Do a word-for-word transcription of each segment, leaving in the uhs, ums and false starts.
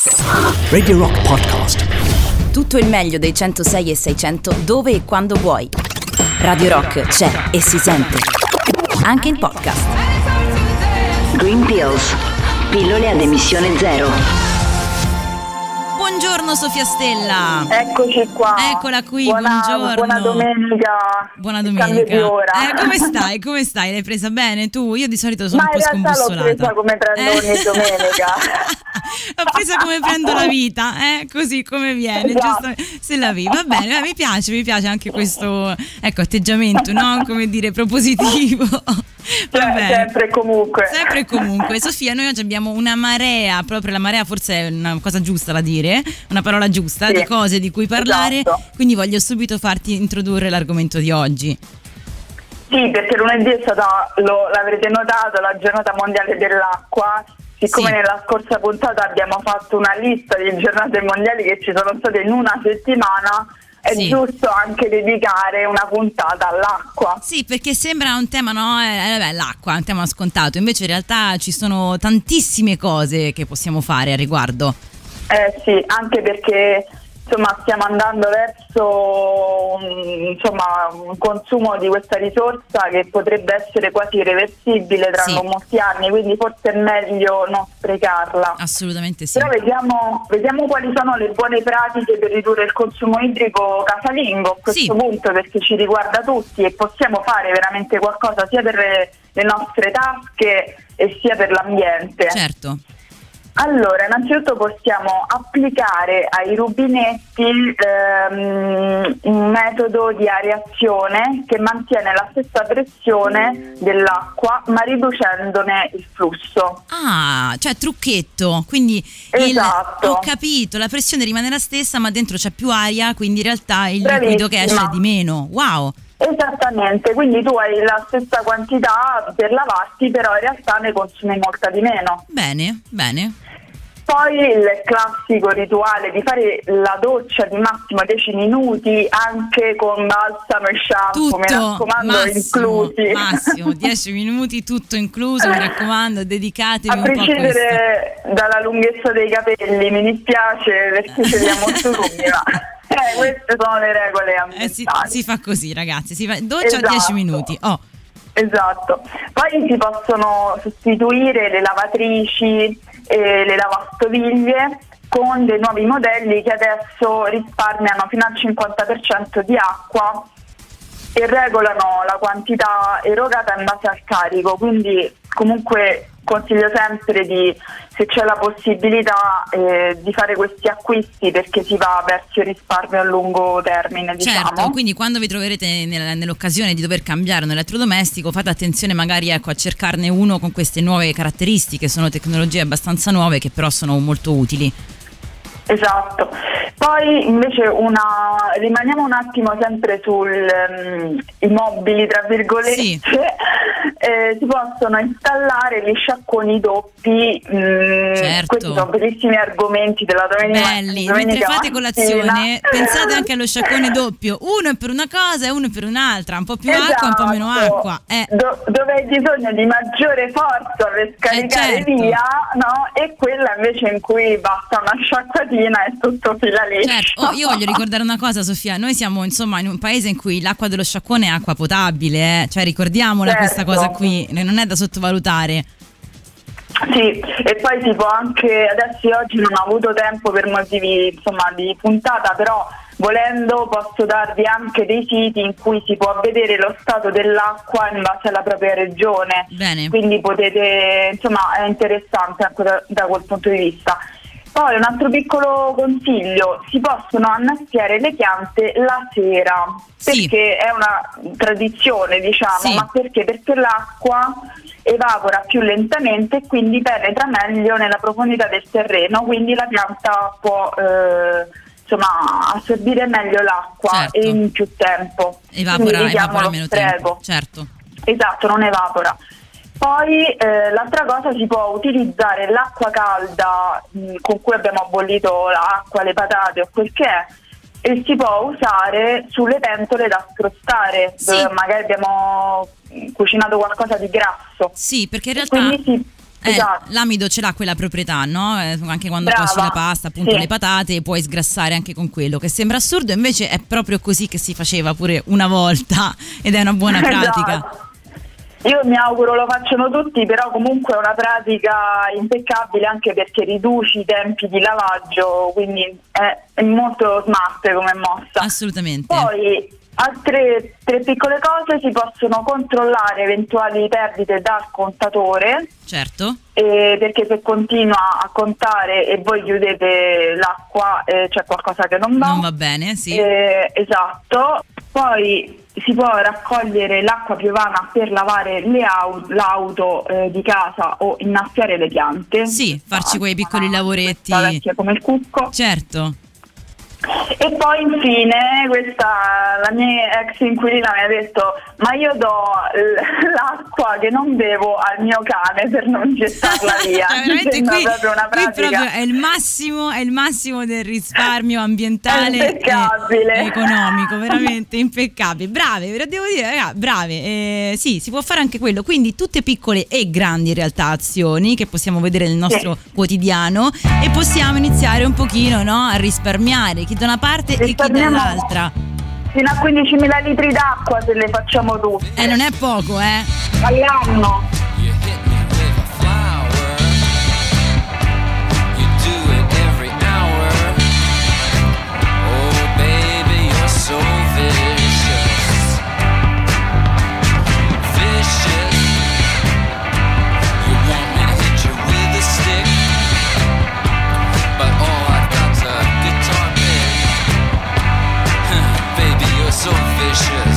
Radio Rock Podcast. Tutto il meglio dei centosei e seicento dove e quando vuoi. Radio Rock c'è e si sente anche in podcast. Green Pills, pillole ad emissione zero. Buongiorno Sofia Stella. Eccoci qua. Eccola qui, buona, buongiorno. Buona domenica. Buona Cambio domenica. di ora. Eh, come stai? Come stai? L'hai presa bene tu? Io di solito sono Ma un po' in realtà scombussolata. l'ho presa come prendo Eh. ogni domenica. L'ho presa come prendo la vita, eh? Così come viene, Esatto. giusto? Se la vivi, va bene, eh, mi piace, mi piace anche questo, ecco, atteggiamento, no? Come dire, propositivo. Va Cioè, bene. sempre e comunque. Sempre e comunque. Sofia, noi oggi abbiamo una marea, proprio la marea forse è una cosa giusta da dire, una parola giusta, Sì. di cose di cui parlare, Esatto. quindi voglio subito farti introdurre l'argomento di oggi. Sì, perché lunedì è stata, lo, l'avrete notato, la giornata mondiale dell'acqua. Siccome Sì. nella scorsa puntata abbiamo fatto una lista di giornate mondiali che ci sono state in una settimana, è Sì. giusto anche dedicare una puntata all'acqua. Sì, perché sembra un tema, no? Eh, vabbè, l'acqua è un tema scontato, invece in realtà ci sono tantissime cose che possiamo fare a riguardo. Eh sì, anche perché insomma stiamo andando verso un, insomma, un consumo di questa risorsa che potrebbe essere quasi irreversibile tra Sì. non molti anni, quindi forse è meglio non sprecarla. Assolutamente sì. Però vediamo, vediamo quali sono le buone pratiche per ridurre il consumo idrico casalingo a questo Sì. punto, perché ci riguarda tutti e possiamo fare veramente qualcosa sia per le, le nostre tasche e sia per l'ambiente. Certo. Allora, innanzitutto possiamo applicare ai rubinetti ehm, un metodo di areazione che mantiene la stessa pressione dell'acqua ma riducendone il flusso. Ah, cioè trucchetto, quindi Esatto. il, ho capito, la pressione rimane la stessa ma dentro c'è più aria, quindi in realtà il Bravissima. liquido che esce è di meno. Wow. Esattamente, quindi tu hai la stessa quantità per lavarti, però in realtà ne consumi molta di meno. Bene, bene. Poi il classico rituale di fare la doccia di massimo dieci minuti anche con balsamo e shampoo, Tutto, mi raccomando, massimo, inclusi. massimo, dieci minuti, tutto incluso, mi raccomando, dedicatevi A un po' a questo. prescindere dalla lunghezza dei capelli, mi dispiace perché ce li ha molto lunghi, ma eh, queste sono le regole Eh, si, ambientali. si fa così, ragazzi, si fa doccia a Esatto. dieci minuti. Oh, Esatto, poi si possono sostituire le lavatrici e le lavastoviglie con dei nuovi modelli che adesso risparmiano fino al cinquanta per cento di acqua e regolano la quantità erogata in base al carico, quindi comunque consiglio sempre di, se c'è la possibilità, eh, di fare questi acquisti perché si va verso il risparmio a lungo termine, diciamo. certo, quindi quando vi troverete nel- nell'occasione di dover cambiare un elettrodomestico, fate attenzione magari ecco, a cercarne uno con queste nuove caratteristiche, sono tecnologie abbastanza nuove che però sono molto utili. Esatto. Poi invece una rimaniamo un attimo sempre sui mobili tra virgolette. Sì. Eh, si possono installare gli sciacquoni doppi. mh, Certo. Questi sono bellissimi argomenti della domenica. Belli, domenica mentre fate mattina. colazione pensate anche allo sciacquone doppio, uno è per una cosa e uno è per un'altra, un po' più acqua, un po' meno Esatto. acqua. Eh. Do- dove hai bisogno di maggiore forza per scaricare certo. via, no? E quella invece in cui basta una sciacquatina e tutto fila lì. Certo, oh, io voglio ricordare una cosa, Sofia, noi siamo insomma in un paese in cui l'acqua dello sciacquone è acqua potabile, eh? Cioè ricordiamola Certo. questa cosa qui, non è da sottovalutare. Sì, e poi si può anche, adesso io oggi non ho avuto tempo per motivi insomma di puntata, però volendo posso darvi anche dei siti in cui si può vedere lo stato dell'acqua in base alla propria regione. Bene. Quindi potete, insomma è interessante anche da, da quel punto di vista. Poi un altro piccolo consiglio, si possono annaffiare le piante la sera, Sì. perché è una tradizione diciamo, Sì. ma perché? Perché l'acqua evapora più lentamente e quindi penetra meglio nella profondità del terreno, quindi la pianta può eh, insomma assorbire meglio l'acqua Certo. e in più tempo. Evapora, Quindi evitiamo evapora lo meno spreco. tempo. Certo. Esatto, non evapora. Poi eh, l'altra cosa, si può utilizzare l'acqua calda mh, con cui abbiamo bollito l'acqua, le patate o quel che è, e si può usare sulle pentole da scrostare, Sì. dove magari abbiamo cucinato qualcosa di grasso. Sì, perché in realtà Quindi si, Eh, esatto. L'amido ce l'ha quella proprietà, no? Eh, anche quando Brava. cuoci la pasta, appunto Sì. le patate, puoi sgrassare anche con quello, che sembra assurdo, invece è proprio così che si faceva pure una volta ed è una buona pratica. Esatto. Io mi auguro lo facciano tutti, però comunque è una pratica impeccabile, anche perché riduci i tempi di lavaggio, quindi è, è molto smart come mossa. Assolutamente. Poi altre tre piccole cose: si possono controllare eventuali perdite dal contatore, Certo. eh, perché se continua a contare e voi chiudete l'acqua, eh, c'è qualcosa che non va. Non va bene, sì. Eh, esatto. Poi si può raccogliere l'acqua piovana per lavare le au- l'auto eh, di casa o innaffiare le piante. Sì, farci quei piccoli Una lavoretti. questa vecchia come il cucco. Certo. E poi infine questa, la mia ex inquilina mi ha detto: ma io do l- l'acqua che non bevo al mio cane per non gettarla via. Cioè, veramente Sembra qui, proprio una qui pratica. proprio è il massimo, è il massimo del risparmio ambientale È impeccabile. e economico, veramente impeccabile. Brave, devo dire, ragazzi, brave. Eh, sì, si può fare anche quello. Quindi tutte piccole e grandi in realtà azioni che possiamo vedere nel nostro Sì. quotidiano, e possiamo iniziare un pochino, no, a risparmiare, chi da una parte e chi Risparmiamo dall'altra. Fino a quindicimila litri d'acqua se le facciamo tutte. Eh, non è poco, eh. All'anno. You hit me with a flower. You do it every hour. Oh baby, you're so vicious. Vicious. You want me to hit you with a stick, but all I've got's a guitar pick. Baby, you're so vicious.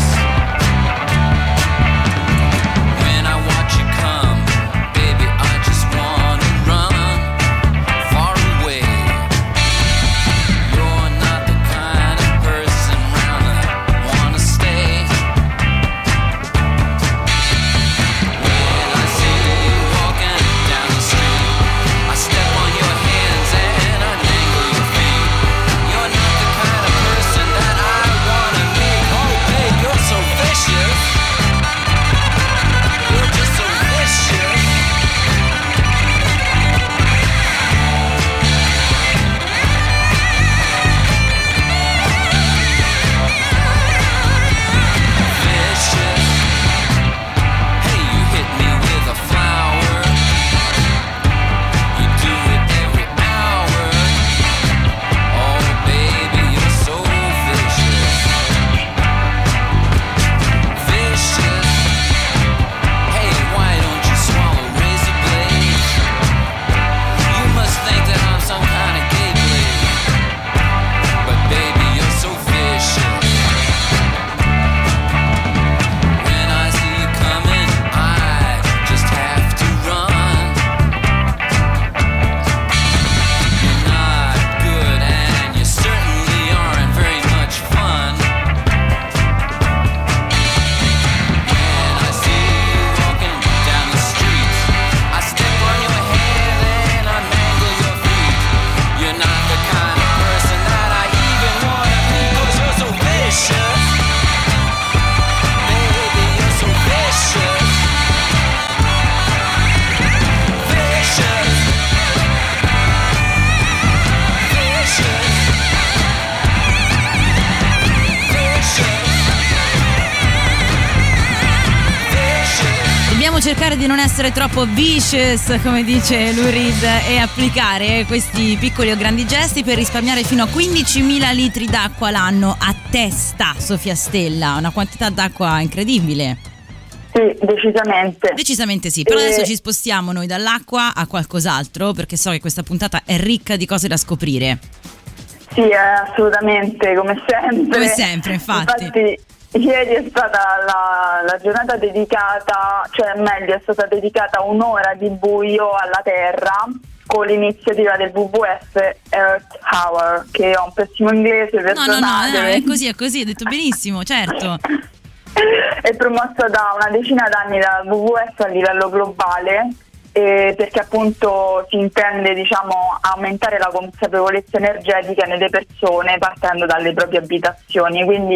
When I watch you come, baby, I just wanna run far away. You're not the kind of person round I wanna stay. When I see you walking down the street, I step on your hands and I dangle your feet. You're not the kind of person that I wanna meet. Oh, babe, you're so vicious. You're just so vicious. Vicious. Hey, you hit me with a flower. You do it every hour. Oh, baby, you're so vicious. Vicious. Hey, why don't you swallow razor blades? You must think that I'm some kind of gay blade. But baby, you're so vicious. When I see you coming, I just have to run. You're not good and you certainly aren't very much fun. When I see you walking down the street, I step on your hand and I mangle your feet. You're not the kind of person that I even wanna be, 'cause you're so vicious. Baby, you're so vicious. Vicious. Vicious. Vicious. Dobbiamo cercare di non essere troppo vicious, come dice Lou Reed, e applicare questi piccoli o grandi gesti per risparmiare fino a quindicimila litri d'acqua l'anno a testa, Sofia Stella, una quantità d'acqua incredibile. Sì, decisamente. Decisamente sì, però Eh, adesso ci spostiamo noi dall'acqua a qualcos'altro, perché so che questa puntata è ricca di cose da scoprire. Sì, eh, assolutamente, come sempre. Come sempre, infatti. Infatti, ieri è stata la, la giornata dedicata, cioè meglio, è stata dedicata un'ora di buio alla Terra con l'iniziativa del W W F Earth Hour, che ho un pessimo inglese, No, no, no, no, perdonatemi. è così, è così, hai detto benissimo, certo. È promossa da una decina d'anni dal W W F a livello globale, eh, perché appunto si intende, diciamo, aumentare la consapevolezza energetica nelle persone partendo dalle proprie abitazioni. Quindi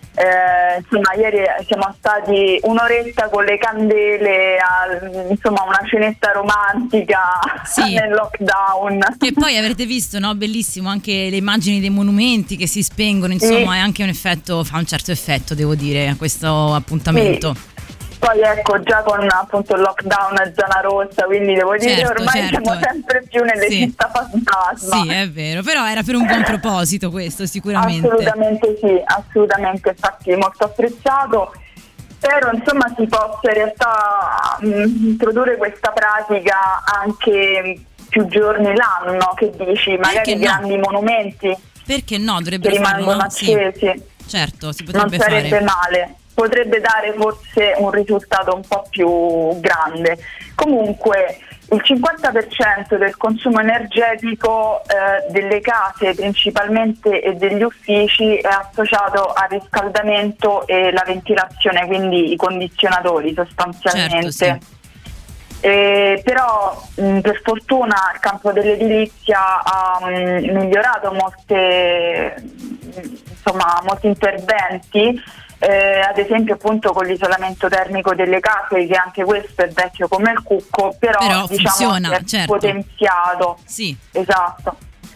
Eh, insomma, ieri siamo stati un'oretta con le candele, a, insomma una cenetta romantica Sì. nel lockdown. Che poi avrete visto, no? Bellissimo anche le immagini dei monumenti che si spengono, insomma, Sì. è anche un effetto, fa un certo effetto, devo dire, a questo appuntamento. Sì. Poi ecco, già con appunto il lockdown a zona rossa, quindi devo dire Certo, ormai certo. siamo sempre più nelle Sì. città fantasma. Sì, è vero, però era per un buon proposito questo, sicuramente. Assolutamente sì, assolutamente, infatti molto apprezzato. Spero insomma si possa in realtà mh, introdurre questa pratica anche più giorni l'anno, che dici, magari Perché no? grandi monumenti Perché no? che Dovrebbero farlo, rimangono no? Sì, accesi, certo, si non potrebbe sarebbe fare. male. Potrebbe dare forse un risultato un po' più grande. Comunque il cinquanta per cento del consumo energetico eh, delle case principalmente e degli uffici è associato al riscaldamento e la ventilazione, quindi i condizionatori sostanzialmente. Certo, sì. Eh, però mh, per fortuna il campo dell'edilizia ha mh, migliorato molte, mh, insomma, molti interventi. Eh, ad esempio appunto con l'isolamento termico delle case, che anche questo è vecchio come il cucco, però, Però diciamo funziona, che è certo. potenziato. Sì. Esatto.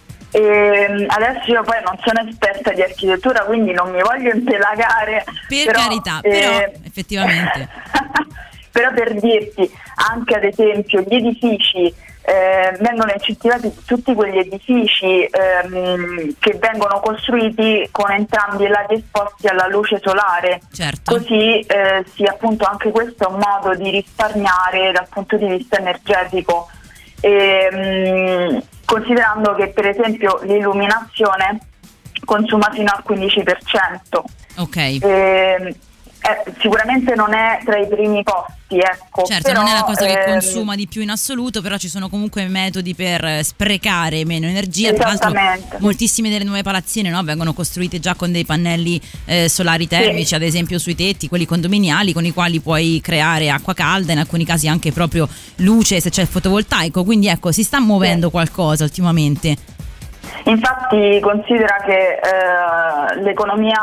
E adesso io poi non sono esperta di architettura, quindi non mi voglio impelagare. Per però, carità, eh, però effettivamente. però per dirti, anche ad esempio gli edifici, eh, vengono incentivati tutti quegli edifici ehm, che vengono costruiti con entrambi i lati esposti alla luce solare. Certo. Così eh, sì, appunto anche questo è un modo di risparmiare dal punto di vista energetico. E, mh, considerando che per esempio l'illuminazione consuma fino al quindici per cento. Ok. E, eh, sicuramente non è tra i primi posti, ecco. Certo, però, non è la cosa che ehm, consuma di più in assoluto, però ci sono comunque metodi per sprecare meno energia. Tra l'altro Esattamente. moltissime delle nuove palazzine, no, vengono costruite già con dei pannelli eh, solari termici, Sì. ad esempio sui tetti, quelli condominiali, con i quali puoi creare acqua calda, in alcuni casi anche proprio luce se c'è il fotovoltaico, quindi ecco, si sta muovendo qualcosa ultimamente. Infatti considera che eh, l'economia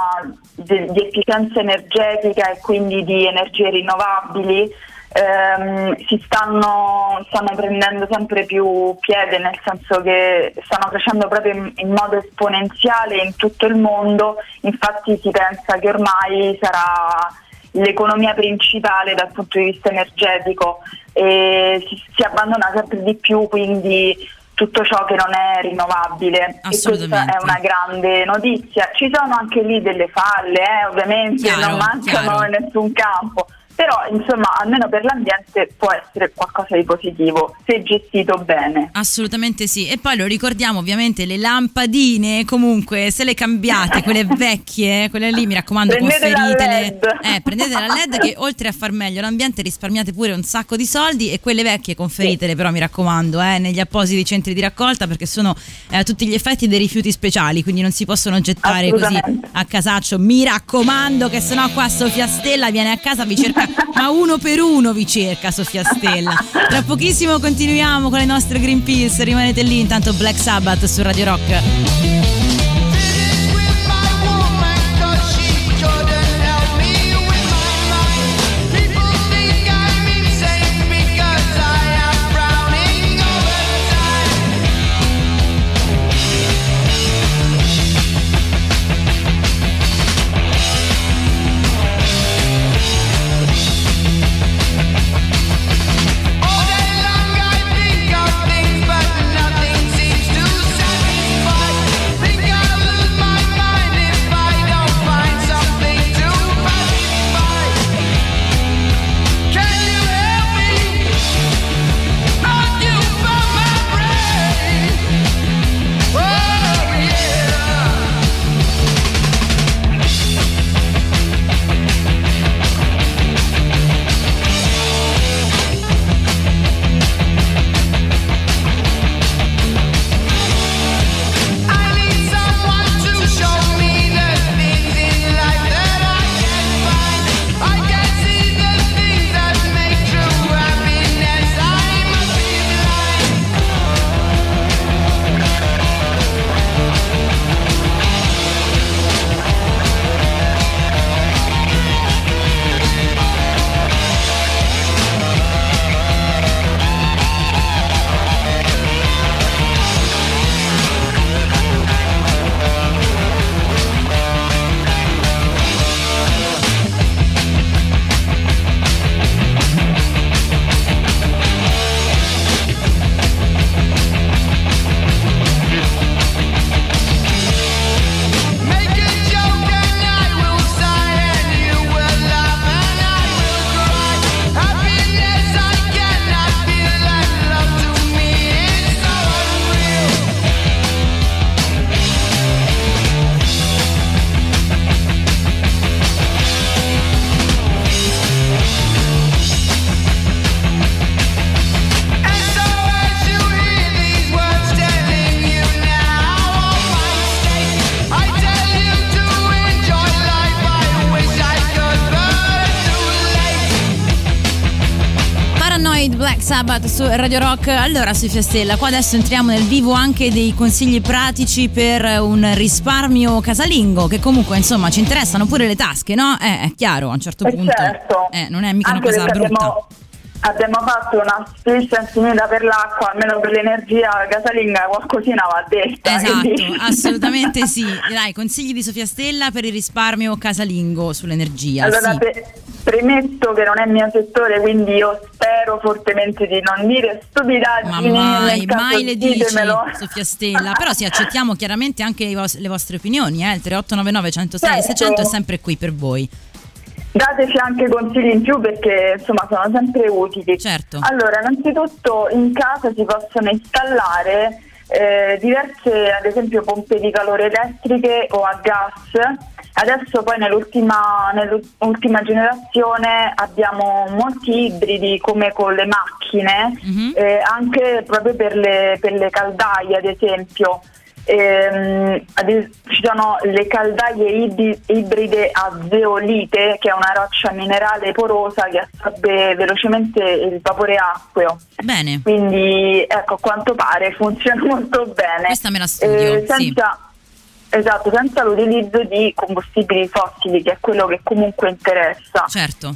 di, di efficienza energetica e quindi di energie rinnovabili ehm, si stanno, stanno prendendo sempre più piede, nel senso che stanno crescendo proprio in, in modo esponenziale in tutto il mondo. Infatti si pensa che ormai sarà l'economia principale dal punto di vista energetico e si, si abbandona sempre di più quindi tutto ciò che non è rinnovabile, e questa Assolutamente. è una grande notizia. Ci sono anche lì delle falle, eh, ovviamente, Chiaro, non mancano chiaro. in nessun campo, però insomma almeno per l'ambiente può essere qualcosa di positivo se gestito bene. Assolutamente sì, e poi lo ricordiamo ovviamente, le lampadine comunque se le cambiate, quelle vecchie, quelle lì mi raccomando Prendete la conferitele, L E D. eh, prendete la L E D che oltre a far meglio l'ambiente risparmiate pure un sacco di soldi, e quelle vecchie conferitele però mi raccomando eh, negli appositi centri di raccolta, perché sono eh, a tutti gli effetti dei rifiuti speciali, quindi non si possono gettare così Assolutamente. a casaccio, mi raccomando, che sennò qua Sofia Stella viene a casa, vi cerca, ma uno per uno vi cerca Sofia Stella. Tra pochissimo continuiamo con le nostre Green Pills, rimanete lì, intanto Black Sabbath su Radio Rock. But nothing seems to satisfy. Sabbath su Radio Rock. Allora, Sofia Stella, qua adesso entriamo nel vivo anche dei consigli pratici per un risparmio casalingo, che comunque insomma ci interessano pure le tasche, no? Eh, è chiaro, a un certo Eh, punto certo. eh, non è mica Anche una cosa perché brutta. abbiamo, abbiamo fatto una striscia infinita per l'acqua, almeno per l'energia casalinga qualcosina va detta. Esatto, quindi- assolutamente sì. Dai, consigli di Sofia Stella per il risparmio casalingo sull'energia. Allora, sì. pre- premetto che non è il mio settore, quindi io spero fortemente di non dire Ma stupidaggini. mai, nel caso mai le dici, ditemelo. Sofia Stella. Però sì, accettiamo chiaramente anche i vos- le vostre opinioni, eh. Il tre otto nove nove uno zero sei Certo. seicento è sempre qui per voi. Dateci anche consigli in più perché insomma sono sempre utili. Certo. Allora, innanzitutto in casa si possono installare eh, diverse, ad esempio, pompe di calore elettriche o a gas. Adesso poi nell'ultima, nell'ultima generazione abbiamo molti ibridi come con le macchine, Mhm. eh, anche proprio per le, per le caldaie ad esempio. Ehm, ad es- ci sono le caldaie ibi- ibride a zeolite, che è una roccia minerale porosa che assorbe velocemente il vapore acqueo. Bene. Quindi ecco, a quanto pare funziona molto bene. Questa me la studio, Eh, senza, Esatto, senza l'utilizzo di combustibili fossili, che è quello che comunque interessa. Certo.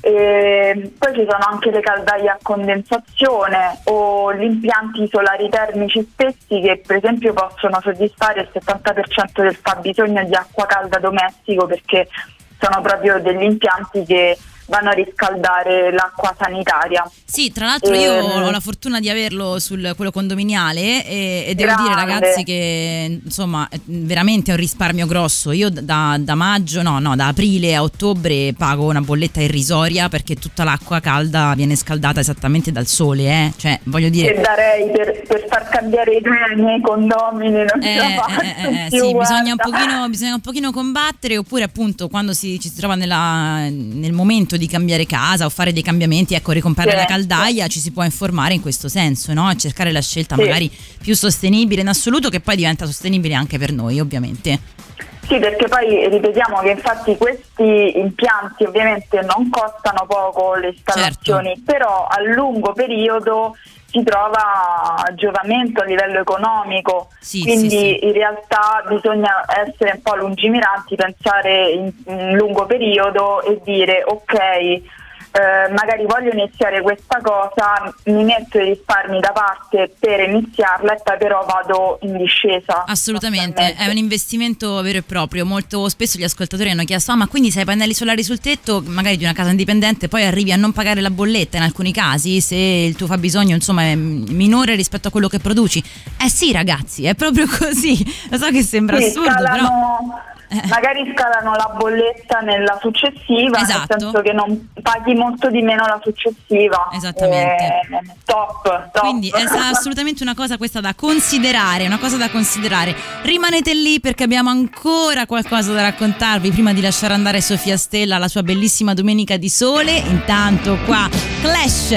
E poi ci sono anche le caldaie a condensazione o gli impianti solari termici stessi, che per esempio possono soddisfare il settanta per cento del fabbisogno di acqua calda domestico, perché sono proprio degli impianti che vanno a riscaldare l'acqua sanitaria. Sì, tra l'altro io Ehm. ho la fortuna di averlo sul quello condominiale e, e devo Grande. dire, ragazzi, che insomma è veramente un risparmio grosso. Io da, da maggio, no, no, da aprile a ottobre pago una bolletta irrisoria perché tutta l'acqua calda viene scaldata esattamente dal sole, eh? Cioè, voglio E dire, darei per, per far cambiare i treni ai condomini, non ce la Eh, faccio eh, eh, più, sì, bisogna un, guarda. pochino, bisogna un pochino combattere, oppure appunto quando si, ci si trova nella- nel momento di cambiare casa o fare dei cambiamenti, ecco, ricomprare la Certo. caldaia, ci si può informare in questo senso, no? E cercare la scelta Sì. magari più sostenibile in assoluto, che poi diventa sostenibile anche per noi, ovviamente. Sì, perché poi ripetiamo che infatti questi impianti ovviamente non costano poco le installazioni, Certo. però a lungo periodo si trova giovamento a livello economico, Sì, quindi sì, sì. in realtà bisogna essere un po' lungimiranti, pensare in, in lungo periodo e dire ok, eh, magari voglio iniziare questa cosa, mi metto i risparmi da parte per iniziarla e poi però vado in discesa. Assolutamente, è un investimento vero e proprio. Molto spesso gli ascoltatori hanno chiesto: ah, ma quindi se hai pannelli solari sul tetto, magari di una casa indipendente, poi arrivi a non pagare la bolletta in alcuni casi se il tuo fabbisogno insomma è minore rispetto a quello che produci? Eh sì, ragazzi, è proprio così. Lo so che sembra Sì, assurdo, però scalano, Eh. magari scalano la bolletta nella successiva, Esatto. nel senso che non paghi molto di meno la successiva. Esattamente. Eh, top, top. quindi è assolutamente una cosa questa da considerare, una cosa da considerare. Rimanete lì perché abbiamo ancora qualcosa da raccontarvi prima di lasciare andare Sofia Stella alla sua bellissima domenica di sole. Intanto qua Clash.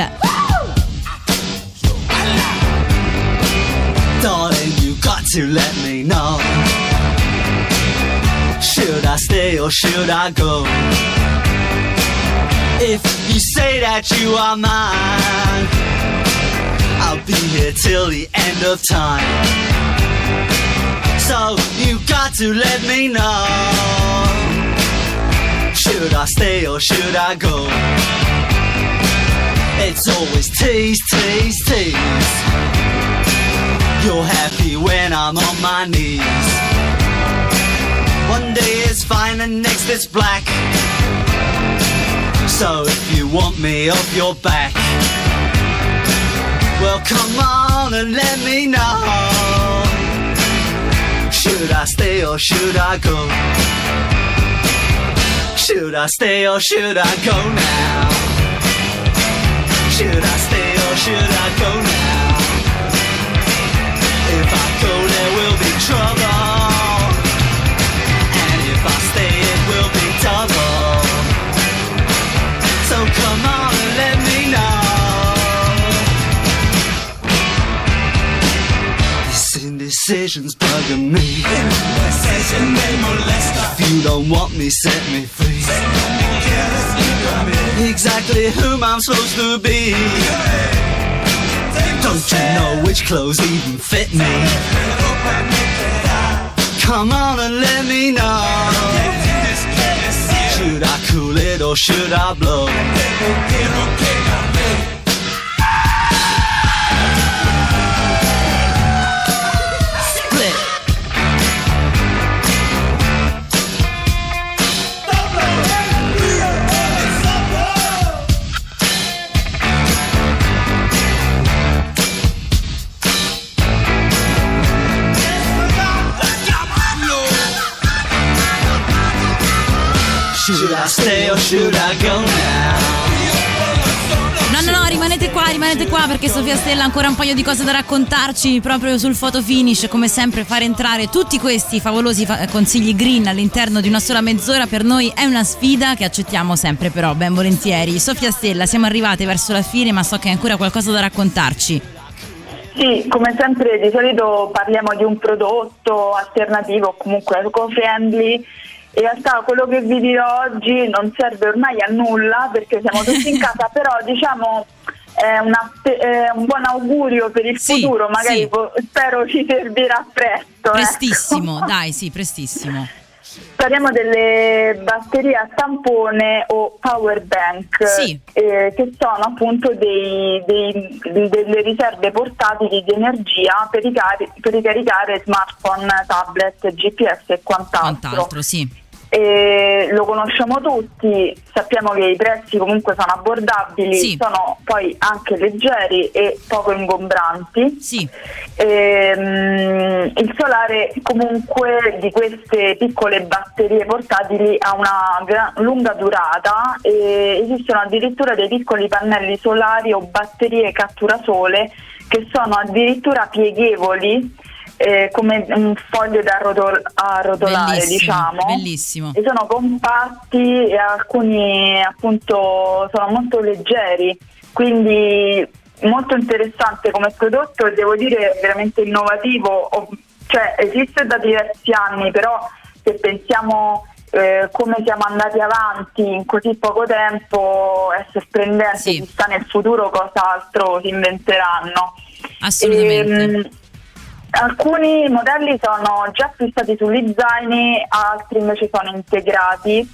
Darling, you got to let me know. Should I stay or should I go? If you say that you are mine, I'll be here till the end of time. So you got to let me know. Should I stay or should I go? It's always tease, tease, tease. You're happy when I'm on my knees. One day is fine and next it's black. So if you want me off your back, well come on and let me know. Should I stay or should I go? Should I stay or should I go now? Should I stay or should I go now? If I go there will be trouble, and if I stay it will be double. So come on and let me know. This indecision's bugging me. If you don't want me, set me free. Exactly whom I'm supposed to be. Don't you know which clothes even fit me? Come on and let me know. Should I cool it or should I blow? Should I stay or should I go now? No, no, no, rimanete qua, rimanete qua perché Sofia Stella ha ancora un paio di cose da raccontarci proprio sul photo finish. Come sempre, fare entrare tutti questi favolosi fa- consigli green all'interno di una sola mezz'ora per noi è una sfida che accettiamo sempre, però ben volentieri. Sofia Stella, siamo arrivate verso la fine, ma so che hai ancora qualcosa da raccontarci. Sì, come sempre di solito parliamo di un prodotto alternativo o comunque eco-friendly. In realtà quello che vi dirò oggi non serve ormai a nulla perché siamo tutti in casa, però diciamo è, una, è un buon augurio per il Sì, futuro, magari sì. po- spero ci servirà presto. Prestissimo, ecco. dai, sì, prestissimo. Parliamo delle batterie a tampone o power bank, Sì. eh, che sono appunto dei, dei- delle riserve portatili di energia per, ricari- per ricaricare smartphone, tablet, G P S e quant'altro. Quant'altro, sì. E lo conosciamo tutti, sappiamo che i prezzi comunque sono abbordabili, Sì. sono poi anche leggeri e poco ingombranti. Sì. Ehm, il solare comunque di queste piccole batterie portatili ha una gra- lunga durata e esistono addirittura dei piccoli pannelli solari o batterie catturasole che sono addirittura pieghevoli, eh, come un foglio da rotol- arrotolare, Bellissimo, diciamo. bellissimo. E sono compatti e alcuni appunto sono molto leggeri, quindi molto interessante come prodotto e devo dire veramente innovativo, o- cioè esiste da diversi anni, però se pensiamo eh, come siamo andati avanti in così poco tempo è sorprendente, Sì. chissà nel futuro cos'altro si inventeranno. Assolutamente. Ehm, alcuni modelli sono già fissati sugli zaini, altri invece sono integrati,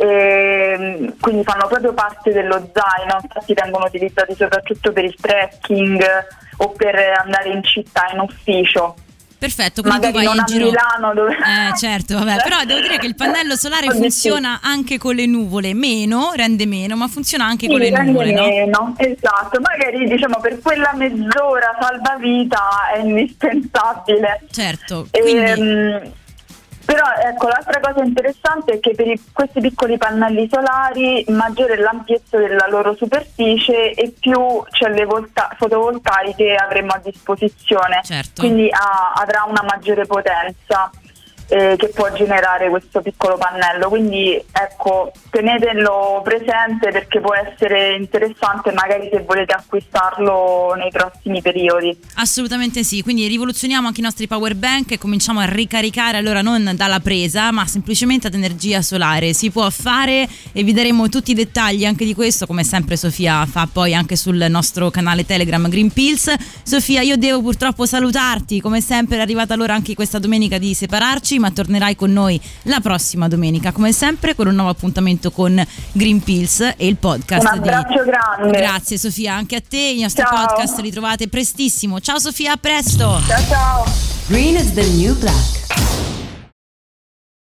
ehm, quindi fanno proprio parte dello zaino, infatti vengono utilizzati soprattutto per il trekking o per andare in città, in ufficio. Perfetto, quindi tu Magari vai non in a giro. Milano dove... Eh certo, vabbè, però devo dire che il pannello solare Oggi funziona anche con le nuvole, meno, rende meno, ma funziona anche Sì, con le rende nuvole, no? meno, esatto, magari diciamo per quella mezz'ora salvavita è indispensabile. Certo, quindi Ehm, però ecco, l'altra cosa interessante è che per i- questi piccoli pannelli solari maggiore è l'ampiezza della loro superficie e più celle volta- fotovoltaiche avremo a disposizione, Certo. quindi ha- avrà una maggiore potenza eh, che può generare questo piccolo pannello, quindi ecco, tenetelo presente perché può essere interessante magari se volete acquistarlo nei prossimi periodi. assolutamente sì, quindi rivoluzioniamo anche i nostri power bank e cominciamo a ricaricare allora non dalla presa ma semplicemente ad energia solare. Si può fare e vi daremo tutti i dettagli anche di questo, come sempre Sofia fa poi anche sul nostro canale Telegram Green Pills. Sofia, io devo purtroppo salutarti, come sempre è arrivata l'ora anche questa domenica di separarci, ma tornerai con noi la prossima domenica come sempre con un nuovo appuntamento con Green Pills e il podcast. Un abbraccio di... grande. Grazie Sofia, anche a te. I nostri Ciao. podcast li trovate prestissimo. Ciao Sofia, a presto. Ciao ciao. Green is the new black.